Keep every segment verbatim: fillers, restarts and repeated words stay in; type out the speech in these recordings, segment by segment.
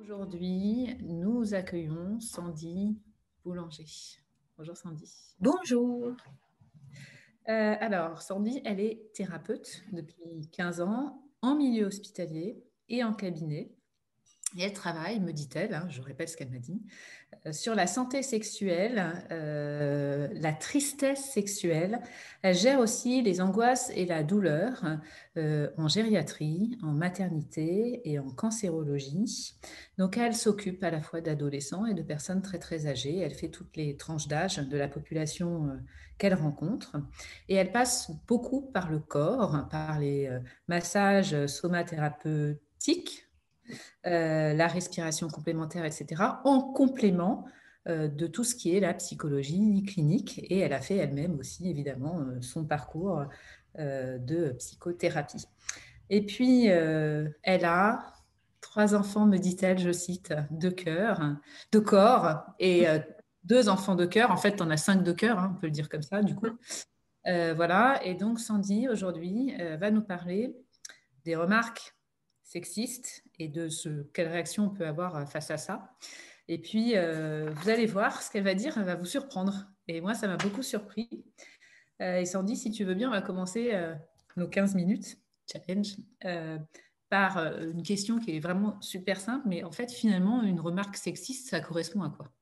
Aujourd'hui, nous accueillons Sandy Boulanger. Bonjour Sandy. Bonjour. Euh, alors, Sandy, elle est thérapeute depuis quinze ans en milieu hospitalier et en cabinet. Et elle travaille, me dit-elle, hein, je répète ce qu'elle m'a dit, euh, sur la santé sexuelle, euh, la tristesse sexuelle. Elle gère aussi les angoisses et la douleur euh, en gériatrie, en maternité et en cancérologie. Donc, elle s'occupe à la fois d'adolescents et de personnes très, très âgées. Elle fait toutes les tranches d'âge de la population euh, qu'elle rencontre. Et elle passe beaucoup par le corps, par les euh, massages somathérapeutiques, euh, la respiration complémentaire, et cetera, en complément euh, de tout ce qui est la psychologie clinique. Et elle a fait elle-même aussi, évidemment, euh, son parcours euh, de psychothérapie. Et puis, euh, elle a trois enfants, me dit-elle, je cite, de cœur, de corps, et euh, deux enfants de cœur. En fait, on a cinq de cœur, hein, on peut le dire comme ça, du coup. Euh, voilà, et donc Sandy, aujourd'hui, euh, va nous parler des remarques sexistes et de ce, quelle réaction on peut avoir face à ça. Et puis, euh, vous allez voir, ce qu'elle va dire, elle va vous surprendre. Et moi, ça m'a beaucoup surpris. Euh, et Sandy, si tu veux bien, on va commencer euh, nos quinze minutes challenge euh, par euh, une question qui est vraiment super simple, mais en fait, finalement, une remarque sexiste, ça correspond à quoi?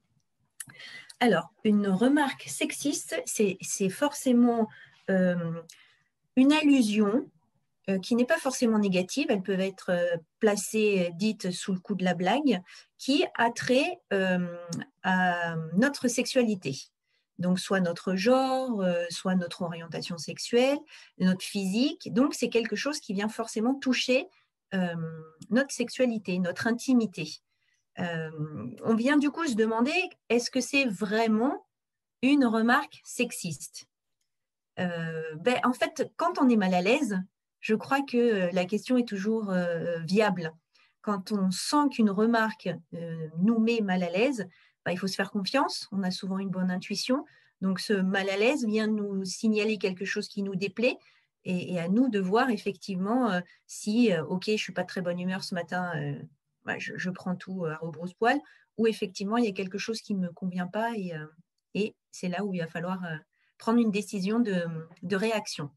Alors, une remarque sexiste, c'est forcément euh, une allusion euh, qui n'est pas forcément négative, elles peuvent être euh, placées, dites sous le coup de la blague, qui a trait euh, à notre sexualité. Donc, soit notre genre, euh, soit notre orientation sexuelle, notre physique. Donc, c'est quelque chose qui vient forcément toucher euh, notre sexualité, notre intimité. Euh, on vient du coup se demander, est-ce que c'est vraiment une remarque sexiste? euh, ben, En fait, quand on est mal à l'aise, je crois que la question est toujours euh, viable. Quand on sent qu'une remarque euh, nous met mal à l'aise, ben, il faut se faire confiance, on a souvent une bonne intuition. Donc ce mal à l'aise vient nous signaler quelque chose qui nous déplaît et, et à nous de voir effectivement euh, si, euh, ok, je ne suis pas de très bonne humeur ce matin, euh, ben, je, je, prends tout à rebrousse-poil, ou effectivement il y a quelque chose qui ne me convient pas et, euh, et c'est là où il va falloir euh, prendre une décision de, de réaction.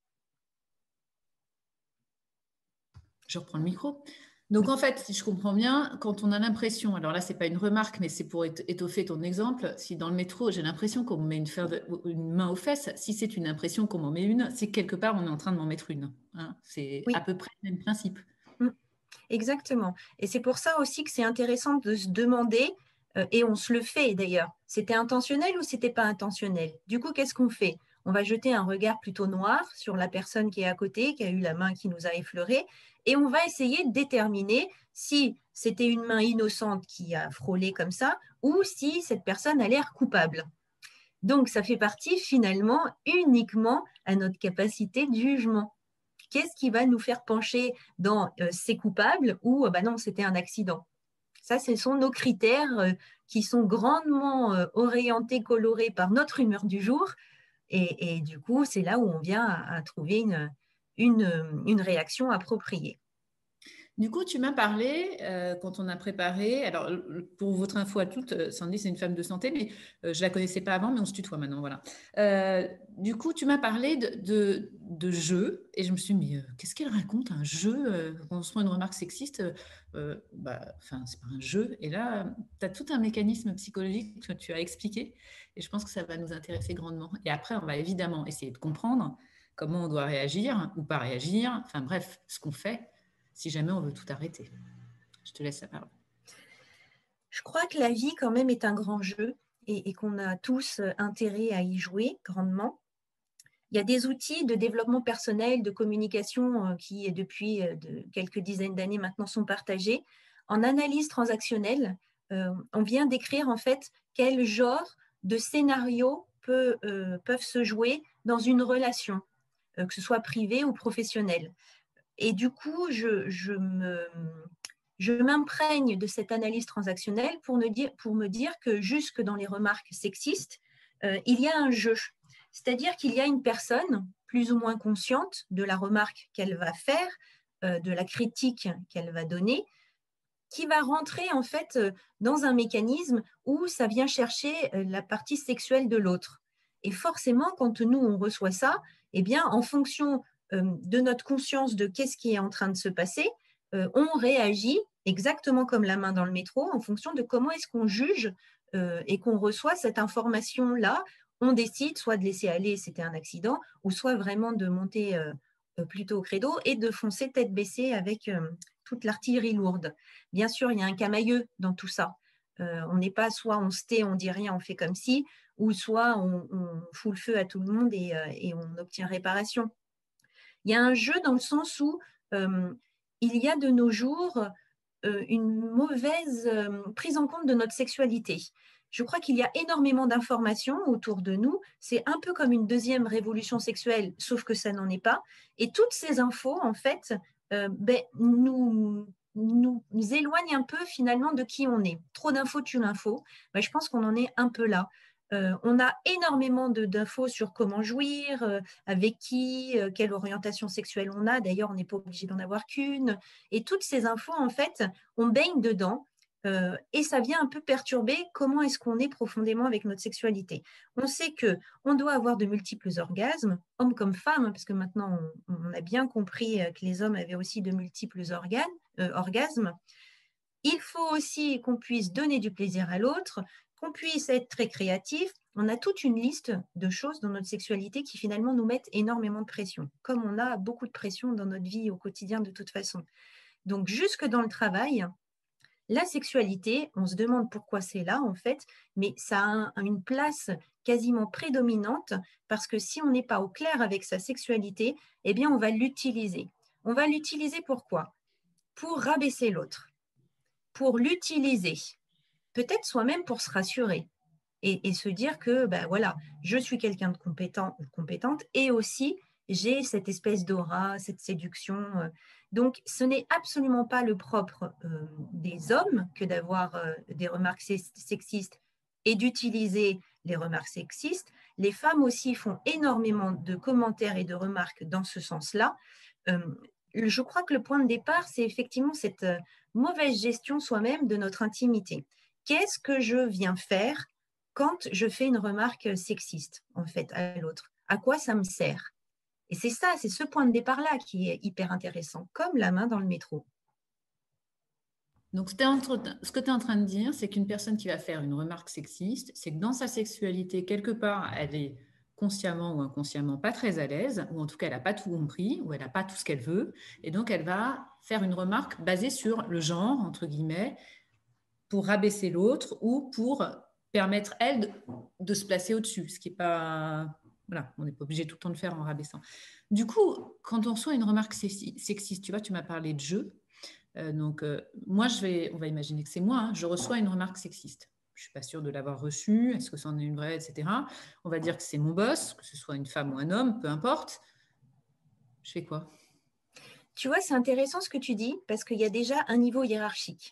Je reprends le micro. Donc, en fait, si je comprends bien, quand on a l'impression, alors là, ce n'est pas une remarque, mais c'est pour étoffer ton exemple, si dans le métro, j'ai l'impression qu'on me met une, de, une, main aux fesses, si c'est une impression qu'on m'en met une, c'est que quelque part, on est en train de m'en mettre une. Hein, c'est Oui. à peu près le même principe. Exactement. Et c'est pour ça aussi que c'est intéressant de se demander, euh, et on se le fait d'ailleurs, c'était intentionnel ou c'était pas intentionnel? Du coup, qu'est-ce qu'on fait? On va jeter un regard plutôt noir sur la personne qui est à côté, qui a eu la main qui nous a effleuré, et on va essayer de déterminer si c'était une main innocente qui a frôlé comme ça, ou si cette personne a l'air coupable. Donc, ça fait partie finalement uniquement à notre capacité de jugement. Qu'est-ce qui va nous faire pencher dans euh, c'est coupable ou euh, bah non, c'était un accident? Ça, ce sont nos critères euh, qui sont grandement euh, orientés, colorés par notre humeur du jour. Et, et du coup, c'est là où on vient à, à trouver une, une, une réaction appropriée. Du coup, tu m'as parlé euh, quand on a préparé. Alors, pour votre info à toutes, Sandy, c'est une femme de santé, mais euh, je ne la connaissais pas avant, mais on se tutoie maintenant. Voilà. Euh, du coup, tu m'as parlé de, de, de jeu, et je me suis dit, mais euh, qu'est-ce qu'elle raconte, un jeu euh, Quand on se prend une remarque sexiste, euh, bah, enfin, c'est pas un jeu. Et là, tu as tout un mécanisme psychologique que tu as expliqué, et je pense que ça va nous intéresser grandement. Et après, on va évidemment essayer de comprendre comment on doit réagir ou pas réagir, enfin bref, ce qu'on fait si jamais on veut tout arrêter. Je te laisse la parole. Je crois que la vie, quand même, est un grand jeu et, et qu'on a tous intérêt à y jouer grandement. Il y a des outils de développement personnel, de communication qui, depuis de quelques dizaines d'années maintenant, sont partagés. En analyse transactionnelle, euh, on vient décrire en fait quel genre de scénarios peut, euh, peuvent se jouer dans une relation, euh, que ce soit privée ou professionnelle. Et du coup, je, je me, je m'imprègne de cette analyse transactionnelle pour me dire, pour me dire que jusque dans les remarques sexistes, euh, il y a un jeu. C'est-à-dire qu'il y a une personne plus ou moins consciente de la remarque qu'elle va faire, euh, de la critique qu'elle va donner, qui va rentrer en fait dans un mécanisme où ça vient chercher la partie sexuelle de l'autre. Et forcément, quand nous, on reçoit ça, eh bien, en fonction de notre conscience de qu'est-ce qui est en train de se passer, on réagit exactement comme la main dans le métro en fonction de comment est-ce qu'on juge et qu'on reçoit cette information-là. On décide soit de laisser aller, c'était un accident, ou soit vraiment de monter plutôt au credo et de foncer tête baissée avec toute l'artillerie lourde. Bien sûr, il y a un camailleux dans tout ça. Euh, on n'est pas soit on se tait, on dit rien, on fait comme si, ou soit on, on fout le feu à tout le monde et, euh, et on obtient réparation. Il y a un jeu dans le sens où euh, il y a de nos jours euh, une mauvaise euh, prise en compte de notre sexualité. Je crois qu'il y a énormément d'informations autour de nous. C'est un peu comme une deuxième révolution sexuelle, sauf que ça n'en est pas. Et toutes ces infos, en fait, euh, ben, nous, nous, nous éloignent un peu finalement de qui on est. Trop d'infos tue l'info. Ben, je pense qu'on en est un peu là. Euh, on a énormément d'infos sur comment jouir, euh, avec qui, euh, quelle orientation sexuelle on a. D'ailleurs, on n'est pas obligé d'en avoir qu'une. Et toutes ces infos, en fait, on baigne dedans. Euh, et ça vient un peu perturber comment est-ce qu'on est profondément avec notre sexualité. On sait qu'on doit avoir de multiples orgasmes, hommes comme femmes, hein, parce que maintenant on, on, a bien compris que les hommes avaient aussi de multiples organes, euh, orgasmes. Il faut aussi qu'on puisse donner du plaisir à l'autre, qu'on puisse être très créatif. On a toute une liste de choses dans notre sexualité qui finalement nous mettent énormément de pression, comme on a beaucoup de pression dans notre vie au quotidien de toute façon. Donc jusque dans le travail, la sexualité, on se demande pourquoi c'est là en fait, mais ça a une place quasiment prédominante parce que si on n'est pas au clair avec sa sexualité, eh bien on va l'utiliser. On va l'utiliser pourquoi ? Pour rabaisser l'autre, pour l'utiliser, peut-être soi-même pour se rassurer et, et se dire que ben voilà, je suis quelqu'un de compétent ou compétente et aussi j'ai cette espèce d'aura, cette séduction. Donc, ce n'est absolument pas le propre euh, des hommes que d'avoir euh, des remarques sexistes et d'utiliser les remarques sexistes. Les femmes aussi font énormément de commentaires et de remarques dans ce sens-là. Euh, je crois que le point de départ, c'est effectivement cette euh, mauvaise gestion soi-même de notre intimité. Qu'est-ce que je viens faire quand je fais une remarque sexiste, en fait, à l'autre? À quoi ça me sert? Et c'est ça, c'est ce point de départ-là qui est hyper intéressant, comme la main dans le métro. Donc, ce que tu es en train de dire, c'est qu'une personne qui va faire une remarque sexiste, c'est que dans sa sexualité, quelque part, elle est consciemment ou inconsciemment pas très à l'aise, ou en tout cas, elle n'a pas tout compris, ou elle n'a pas tout ce qu'elle veut, et donc elle va faire une remarque basée sur le genre, entre guillemets, pour rabaisser l'autre ou pour permettre, elle, de, de se placer au-dessus, ce qui n'est pas... Voilà, on n'est pas obligé tout le temps de faire en rabaissant. Du coup, quand on reçoit une remarque sexiste, tu vois, tu m'as parlé de jeu, euh, donc euh, moi, je vais, on va imaginer que c'est moi, hein, je reçois une remarque sexiste. Je ne suis pas sûre de l'avoir reçue, est-ce que c'en est une vraie, et cetera. On va dire que c'est mon boss, que ce soit une femme ou un homme, peu importe. Je fais quoi? Tu vois, c'est intéressant ce que tu dis, parce qu'il y a déjà un niveau hiérarchique.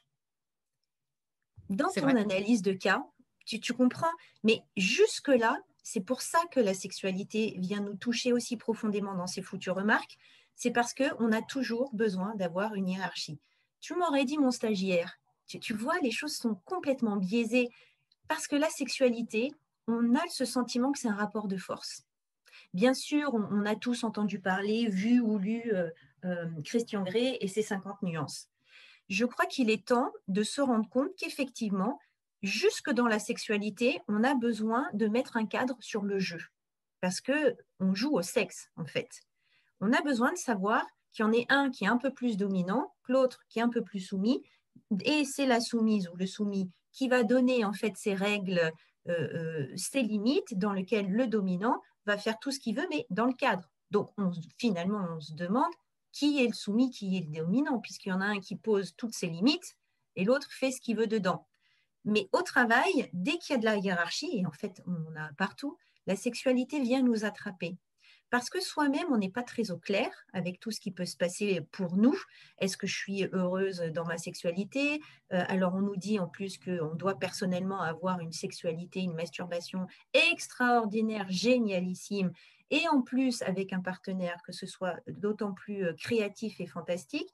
Dans C'est ton vrai. analyse de cas, tu, tu comprends, mais jusque-là, c'est pour ça que la sexualité vient nous toucher aussi profondément dans ces foutues remarques, c'est parce qu'on a toujours besoin d'avoir une hiérarchie. Tu m'aurais dit mon stagiaire, tu, tu vois, les choses sont complètement biaisées, parce que la sexualité, on a ce sentiment que c'est un rapport de force. Bien sûr, on, on a tous entendu parler, vu ou lu euh, euh, Christian Grey et ses cinquante nuances. Je crois qu'il est temps de se rendre compte qu'effectivement, jusque dans la sexualité, on a besoin de mettre un cadre sur le jeu. Parce qu'on joue au sexe, en fait. On a besoin de savoir qu'il y en ait un qui est un peu plus dominant, que l'autre qui est un peu plus soumis, et c'est la soumise ou le soumis qui va donner en fait ses règles, euh, euh, ses limites, dans lesquelles le dominant va faire tout ce qu'il veut, mais dans le cadre. Donc on, finalement, on se demande qui est le soumis, qui est le dominant, puisqu'il y en a un qui pose toutes ses limites et l'autre fait ce qu'il veut dedans. Mais au travail, dès qu'il y a de la hiérarchie, et en fait on a partout, la sexualité vient nous attraper. Parce que soi-même, on n'est pas très au clair avec tout ce qui peut se passer pour nous. Est-ce que je suis heureuse dans ma sexualité? euh, Alors, on nous dit en plus qu'on doit personnellement avoir une sexualité, une masturbation extraordinaire, génialissime, et en plus avec un partenaire que ce soit d'autant plus créatif et fantastique.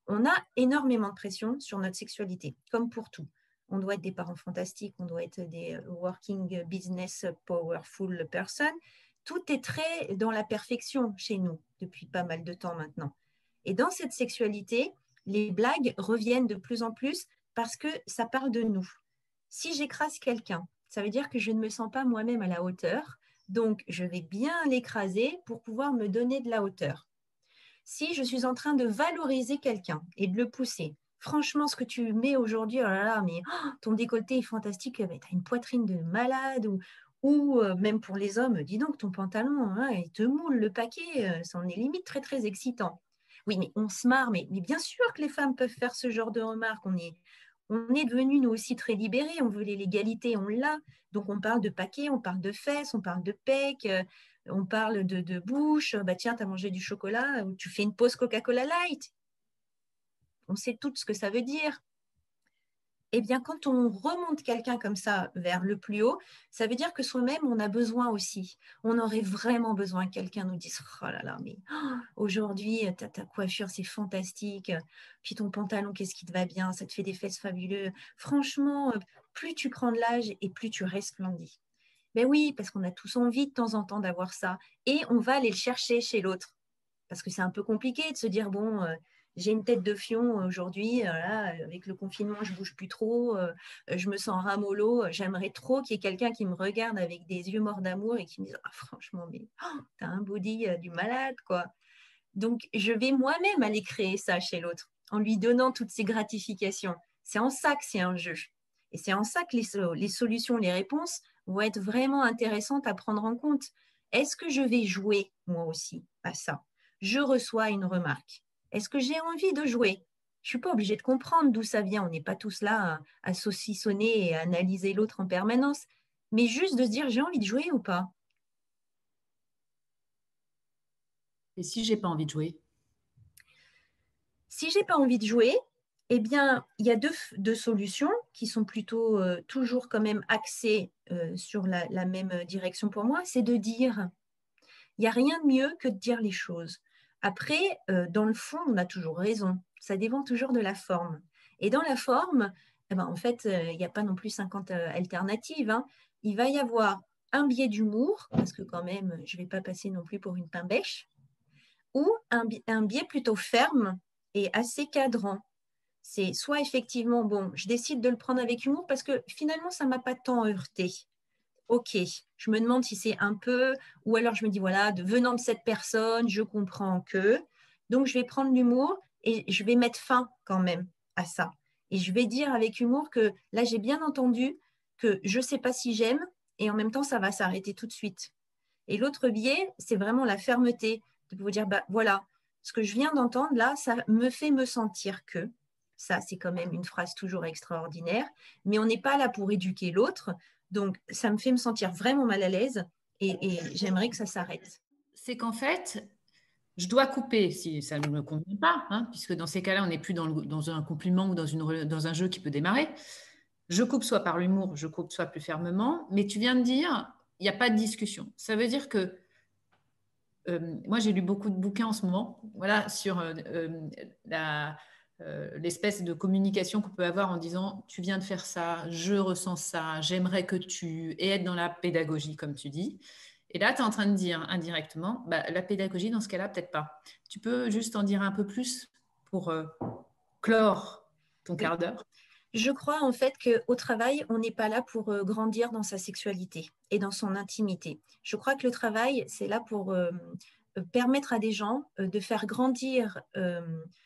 On a énormément de pression sur notre sexualité, comme pour tout. On doit être des parents fantastiques, on doit être des working business powerful person. Tout est très dans la perfection chez nous depuis pas mal de temps maintenant. Et dans cette sexualité, les blagues reviennent de plus en plus parce que ça parle de nous. Si j'écrase quelqu'un, ça veut dire que je ne me sens pas moi-même à la hauteur, donc je vais bien l'écraser pour pouvoir me donner de la hauteur. Si je suis en train de valoriser quelqu'un et de le pousser, franchement, ce que tu mets aujourd'hui, oh là là, mais oh, ton décolleté est fantastique, tu as une poitrine de malade, ou, ou euh, même pour les hommes, dis donc, ton pantalon, hein, il te moule le paquet, euh, ça en est limite très, très excitant. Oui, mais on se marre, mais, mais bien sûr que les femmes peuvent faire ce genre de remarques. On est, on est devenus, nous aussi, très libérés, on veut l'égalité, on l'a. Donc, on parle de paquets, on parle de fesses, on parle de pecs, euh, on parle de, de bouche. Bah, tiens, tu as mangé du chocolat, ou tu fais une pause Coca-Cola Light. On sait tout ce que ça veut dire. Eh bien, quand on remonte quelqu'un comme ça vers le plus haut, ça veut dire que soi-même, on a besoin aussi. On aurait vraiment besoin que quelqu'un nous dise « Oh là là, mais oh, aujourd'hui, ta, ta coiffure, c'est fantastique. Puis ton pantalon, qu'est-ce qui te va bien? Ça te fait des fesses fabuleuses. Franchement, plus tu prends de l'âge et plus tu resplendis. » Ben oui, parce qu'on a tous envie de temps en temps d'avoir ça. Et on va aller le chercher chez l'autre. Parce que c'est un peu compliqué de se dire « Bon... Euh, j'ai une tête de fion aujourd'hui, euh, là, avec le confinement, je ne bouge plus trop, euh, je me sens ramollo, j'aimerais trop qu'il y ait quelqu'un qui me regarde avec des yeux morts d'amour et qui me dise ah, franchement, mais oh, tu as un body euh, du malade, quoi. » Donc, je vais moi-même aller créer ça chez l'autre en lui donnant toutes ces gratifications. C'est en ça que c'est un jeu. Et c'est en ça que les, les solutions, les réponses vont être vraiment intéressantes à prendre en compte. Est-ce que je vais jouer, moi aussi, à ça? Je reçois une remarque. Est-ce que j'ai envie de jouer? Je ne suis pas obligée de comprendre d'où ça vient. On n'est pas tous là à, à saucissonner et à analyser l'autre en permanence. Mais juste de se dire, j'ai envie de jouer ou pas? Et si j'ai pas envie de jouer? Si j'ai pas envie de jouer, eh bien, il y a deux, deux solutions qui sont plutôt euh, toujours quand même axées euh, sur la, la même direction pour moi. C'est de dire, il n'y a rien de mieux que de dire les choses. Après, euh, dans le fond, on a toujours raison. Ça dépend toujours de la forme. Et dans la forme, eh ben, en fait, euh, il n'y a pas non plus cinquante euh, alternatives, hein. Il va y avoir un biais d'humour, parce que quand même, je ne vais pas passer non plus pour une pain bêche, ou un, bi- un biais plutôt ferme et assez cadrant. C'est soit effectivement, bon, je décide de le prendre avec humour parce que finalement, ça ne m'a pas tant heurté. Ok, je me demande si c'est un peu, ou alors je me dis, voilà, de, venant de cette personne, je comprends que. Donc, je vais prendre l'humour et je vais mettre fin quand même à ça. Et je vais dire avec humour que là, j'ai bien entendu que je ne sais pas si j'aime et en même temps, ça va s'arrêter tout de suite. Et l'autre biais, c'est vraiment la fermeté, de vous dire, bah, voilà, ce que je viens d'entendre là, ça me fait me sentir que. Ça, c'est quand même une phrase toujours extraordinaire, mais on n'est pas là pour éduquer l'autre. Donc, ça me fait me sentir vraiment mal à l'aise et, et j'aimerais que ça s'arrête. C'est qu'en fait, je dois couper si ça ne me convient pas, hein, puisque dans ces cas-là, on n'est plus dans, le- dans un compliment ou dans, une, dans un jeu qui peut démarrer. Je coupe soit par l'humour, je coupe soit plus fermement, mais tu viens de dire, il n'y a pas de discussion. Ça veut dire que euh, moi, j'ai lu beaucoup de bouquins en ce moment, voilà, sur euh, euh, la, euh, l'espèce de communication qu'on peut avoir en disant, tu viens de faire ça, je ressens ça, j'aimerais que tu... et être dans la pédagogie, comme tu dis. Et là, tu es en train de dire indirectement, bah, la pédagogie, dans ce cas-là, peut-être pas. Tu peux juste en dire un peu plus pour euh, clore ton Oui. quart d'heure? Je crois en fait qu'au travail, on n'est pas là pour euh, grandir dans sa sexualité et dans son intimité. Je crois que le travail, c'est là pour euh, euh, permettre à des gens euh, de faire grandir euh,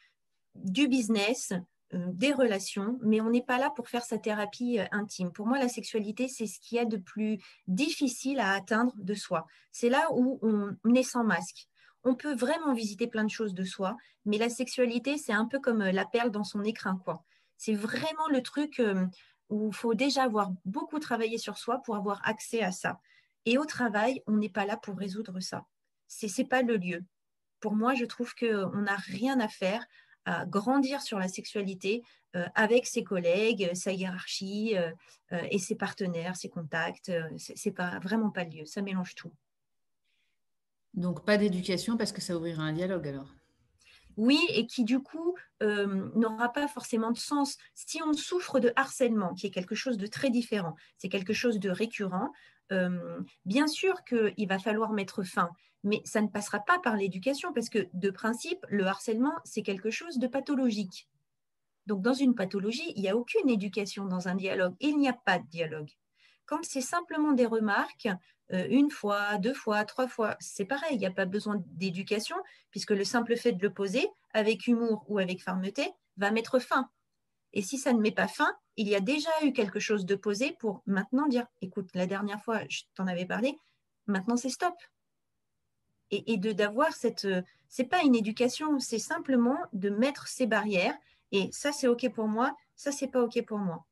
du business, euh, des relations, mais on n'est pas là pour faire sa thérapie euh, intime. Pour moi, la sexualité, c'est ce qu'il y a de plus difficile à atteindre de soi. C'est là où on est sans masque. On peut vraiment visiter plein de choses de soi, mais la sexualité, c'est un peu comme euh, la perle dans son écrin, quoi. C'est vraiment le truc euh, où il faut déjà avoir beaucoup travaillé sur soi pour avoir accès à ça. Et au travail, on n'est pas là pour résoudre ça. C'est n'est pas le lieu. Pour moi, je trouve qu'on n'a rien à faire à grandir sur la sexualité euh, avec ses collègues, sa hiérarchie euh, euh, et ses partenaires, ses contacts. Euh, c'est c'est pas vraiment pas le lieu. Ça mélange tout. Donc, pas d'éducation parce que ça ouvrirait un dialogue alors. oui, et qui du coup euh, n'aura pas forcément de sens. Si on souffre de harcèlement, qui est quelque chose de très différent, c'est quelque chose de récurrent, euh, bien sûr qu'il va falloir mettre fin, mais ça ne passera pas par l'éducation, parce que de principe, le harcèlement, c'est quelque chose de pathologique. Donc dans une pathologie, il n'y a aucune éducation dans un dialogue, il n'y a pas de dialogue. Quand c'est simplement des remarques, euh, une fois, deux fois, trois fois, c'est pareil, il n'y a pas besoin d'éducation, puisque le simple fait de le poser, avec humour ou avec fermeté, va mettre fin. Et si ça ne met pas fin, il y a déjà eu quelque chose de posé pour maintenant dire, écoute, la dernière fois, je t'en avais parlé, maintenant c'est stop. Et, et de d'avoir cette... Euh, c'est pas une éducation, c'est simplement de mettre ces barrières, et ça c'est OK pour moi, ça c'est pas OK pour moi.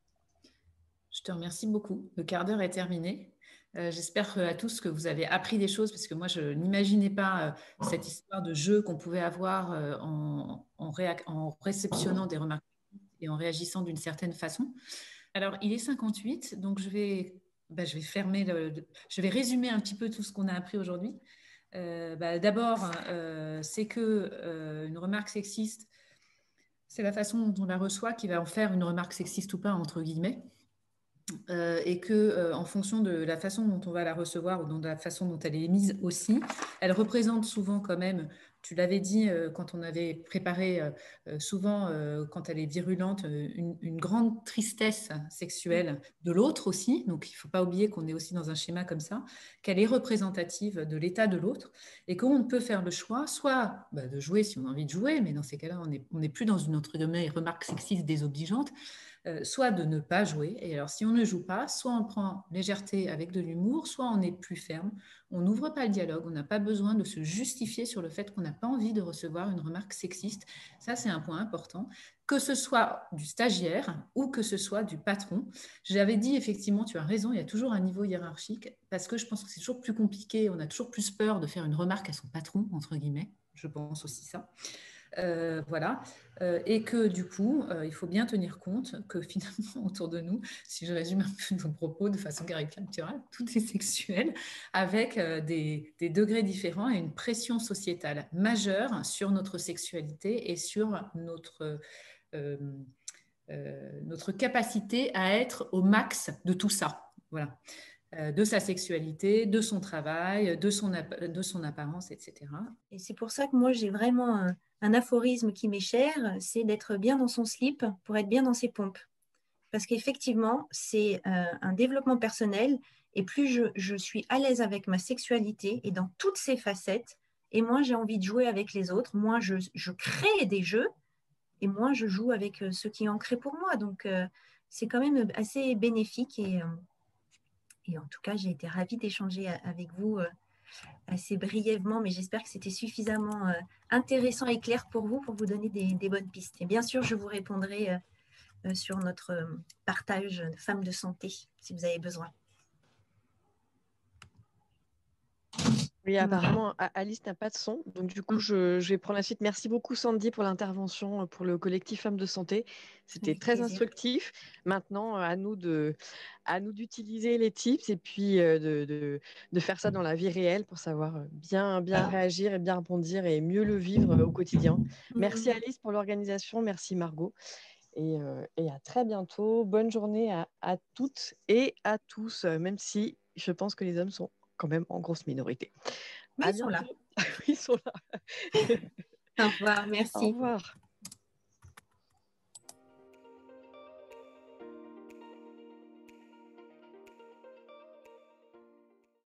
Je te remercie beaucoup. Le quart d'heure est terminé. Euh, j'espère à tous que vous avez appris des choses parce que moi, je n'imaginais pas euh, cette histoire de jeu qu'on pouvait avoir euh, en, en, réac- en réceptionnant des remarques et en réagissant d'une certaine façon. Alors, il est cinquante-huit, donc je vais, bah, je vais fermer le, je vais résumer un petit peu tout ce qu'on a appris aujourd'hui. Euh, bah, d'abord, euh, c'est que euh, une remarque sexiste, c'est la façon dont on la reçoit qui va en faire une remarque sexiste ou pas, entre guillemets. Euh, et que euh, en fonction de la façon dont on va la recevoir ou de la façon dont elle est émise aussi, elle représente souvent quand même, tu l'avais dit euh, quand on avait préparé, euh, euh, souvent euh, quand elle est virulente, euh, une, une grande tristesse sexuelle de l'autre aussi. Donc il ne faut pas oublier qu'on est aussi dans un schéma comme ça, qu'elle est représentative de l'état de l'autre et qu'on peut faire le choix, soit bah, de jouer si on a envie de jouer, mais dans ces cas-là, on n'est on n'est plus dans une autre remarque sexiste désobligeante, euh, soit de ne pas jouer. Et alors, si on ne joue pas, soit on prend légèreté avec de l'humour, soit on est plus ferme. On n'ouvre pas le dialogue. On n'a pas besoin de se justifier sur le fait qu'on n'a pas envie de recevoir une remarque sexiste. Ça, c'est un point important. Que ce soit du stagiaire ou que ce soit du patron. J'avais dit, effectivement, tu as raison, il y a toujours un niveau hiérarchique parce que je pense que c'est toujours plus compliqué. On a toujours plus peur de faire une remarque à son patron, entre guillemets. Je pense aussi ça. Euh, voilà. Euh, et que du coup, euh, il faut bien tenir compte que finalement, autour de nous, si je résume un peu nos propos de façon caricaturale, tout est sexuel, avec euh, des, des degrés différents et une pression sociétale majeure sur notre sexualité et sur notre, euh, euh, notre capacité à être au max de tout ça. Voilà. Euh, de sa sexualité, de son travail, de son, de son apparence, et cetera. Et c'est pour ça que moi, j'ai vraiment un, un aphorisme qui m'est cher, c'est d'être bien dans son slip pour être bien dans ses pompes. Parce qu'effectivement, c'est euh, un développement personnel, et plus je, je suis à l'aise avec ma sexualité et dans toutes ses facettes, et moins j'ai envie de jouer avec les autres, moins je, je crée des jeux, et moins je joue avec euh, ceux qui en créent pour moi. Donc, euh, c'est quand même assez bénéfique, et, euh, et en tout cas, j'ai été ravie d'échanger avec vous euh, assez brièvement, mais j'espère que c'était suffisamment euh, intéressant et clair pour vous, pour vous donner des, des bonnes pistes. Et bien sûr, je vous répondrai euh, euh, sur notre euh, partage de femmes de santé, si vous avez besoin. Oui, apparemment, Alice n'a pas de son. Donc, du coup, je, je vais prendre la suite. Merci beaucoup, Sandy, pour l'intervention pour le collectif Femmes de Santé. C'était Avec très plaisir. instructif. Maintenant, à nous de, à nous d'utiliser les tips et puis euh, de, de, de faire ça dans la vie réelle pour savoir bien, bien réagir et bien rebondir et mieux le vivre au quotidien. Merci, Alice, pour l'organisation. Merci, Margot. Et, euh, et à très bientôt. Bonne journée à, à toutes et à tous, même si je pense que les hommes sont quand même en grosse minorité. Oui, À ils sont là. bientôt. Ils sont là. Au revoir, Au merci. revoir.